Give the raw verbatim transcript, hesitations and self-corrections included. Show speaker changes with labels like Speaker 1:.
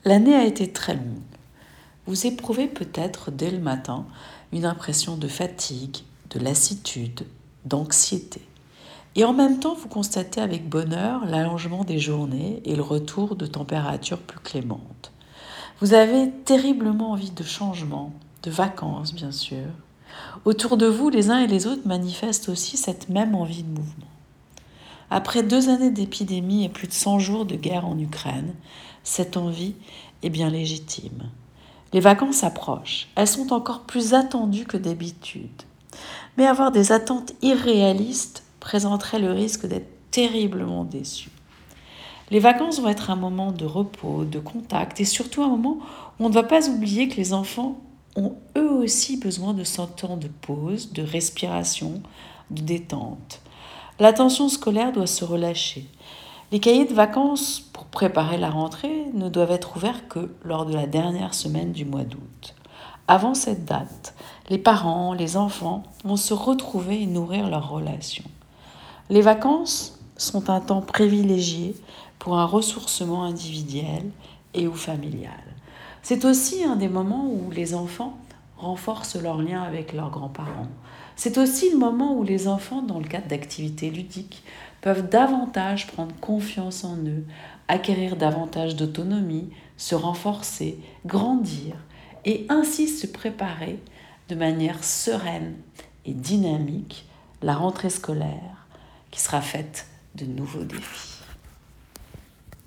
Speaker 1: L'année a été très longue. Vous éprouvez peut-être dès le matin une impression de fatigue, de lassitude, d'anxiété. Et en même temps, vous constatez avec bonheur l'allongement des journées et le retour de températures plus clémentes. Vous avez terriblement envie de changement, de vacances bien sûr. Autour de vous, les uns et les autres manifestent aussi cette même envie de mouvement. Après deux années d'épidémie et plus de cent jours de guerre en Ukraine, cette envie est bien légitime. Les vacances approchent, elles sont encore plus attendues que d'habitude. Mais avoir des attentes irréalistes présenterait le risque d'être terriblement déçu. Les vacances vont être un moment de repos, de contact et surtout un moment où on ne va pas oublier que les enfants ont eux aussi besoin de ce temps de pause, de respiration, de détente. La tension scolaire doit se relâcher. Les cahiers de vacances pour préparer la rentrée ne doivent être ouverts que lors de la dernière semaine du mois d'août. Avant cette date, les parents, les enfants vont se retrouver et nourrir leurs relations. Les vacances sont un temps privilégié pour un ressourcement individuel et ou familial. C'est aussi un des moments où les enfants renforcent leurs liens avec leurs grands-parents. C'est aussi le moment où les enfants, dans le cadre d'activités ludiques, peuvent davantage prendre confiance en eux, acquérir davantage d'autonomie, se renforcer, grandir et ainsi se préparer de manière sereine et dynamique la rentrée scolaire qui sera faite de nouveaux défis.